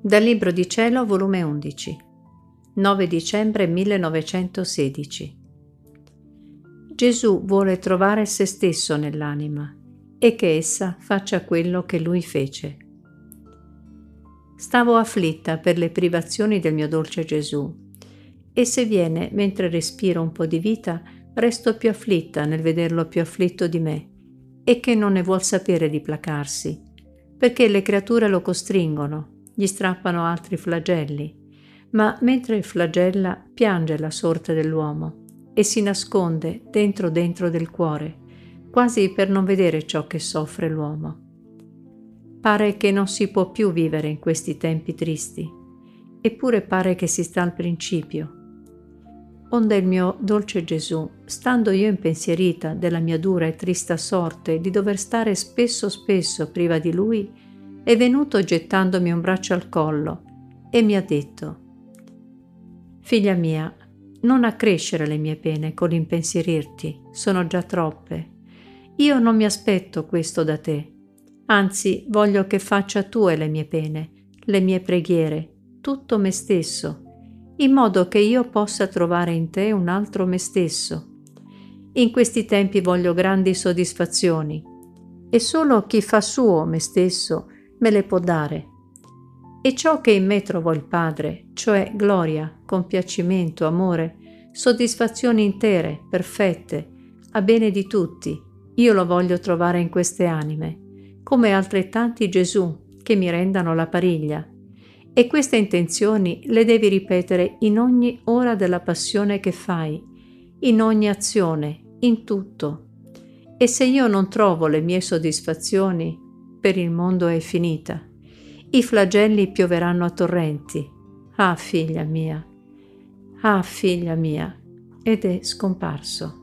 Dal Libro di Cielo, volume 11, 9 dicembre 1916. Gesù vuole trovare se stesso nell'anima e che essa faccia quello che lui fece. Stavo afflitta per le privazioni del mio dolce Gesù, e se viene mentre respiro un po' di vita, resto più afflitta nel vederlo più afflitto di me, e che non ne vuol sapere di placarsi, perché le creature lo costringono, gli strappano altri flagelli, ma mentre flagella piange la sorte dell'uomo e si nasconde dentro del cuore, quasi per non vedere ciò che soffre l'uomo. Pare che non si può più vivere in questi tempi tristi, eppure pare che si sta al principio. Onde il mio dolce Gesù, stando io impensierita della mia dura e trista sorte di dover stare spesso priva di Lui, è venuto gettandomi un braccio al collo e mi ha detto: «Figlia mia, non accrescere le mie pene con l'impensierirti, sono già troppe. Io non mi aspetto questo da te, anzi voglio che faccia tue le mie pene, le mie preghiere, tutto me stesso, in modo che io possa trovare in te un altro me stesso. In questi tempi voglio grandi soddisfazioni, e solo chi fa suo me stesso me le può dare. E ciò che in me trovò il Padre, cioè gloria, compiacimento, amore, soddisfazioni intere, perfette, a bene di tutti, io lo voglio trovare in queste anime, come altrettanti Gesù che mi rendano la pariglia. E queste intenzioni le devi ripetere in ogni ora della passione che fai, in ogni azione, in tutto. E se io non trovo le mie soddisfazioni, per il mondo è finita. I flagelli pioveranno a torrenti. Ah, figlia mia! Ah, figlia mia!» Ed è scomparso.